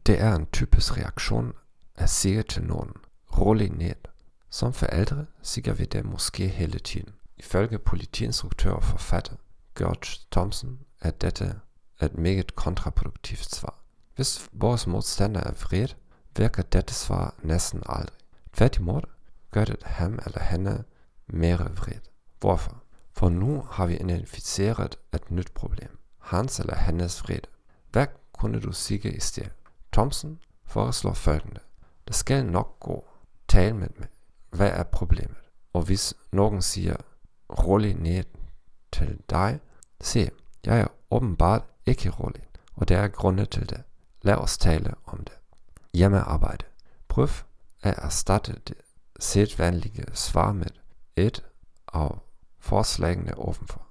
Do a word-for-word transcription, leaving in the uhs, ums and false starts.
Det er en typisk reaktion at sige til nogen, rolig ned. Som forældre siger vi det måske hele tiden. Ifølge politiinstruktør og forfatter George Thompson er dette et meget kontraproduktivt svar. Hvis vores modstander er vred, virker dette svar næsten aldrig. Tværtimod gør det ham eller hende mere vred. Hvorfor? For nu har vi identificeret et nyt problem. Hans eller hendes vrede. Hvad kunne du sige i stedet? Thompson foreslår følgende. Det skal nok gå. Tal med mig. Hvad er problemet? Og hvis nogen siger, rolig ned til dig, se, jeg er åbenbart ikke rolig, og der er grunde til det. Lad os tale om det. Hjemmearbejde. Prøv at erstatte det sædvanlige svar med et af forslagene ovenfor.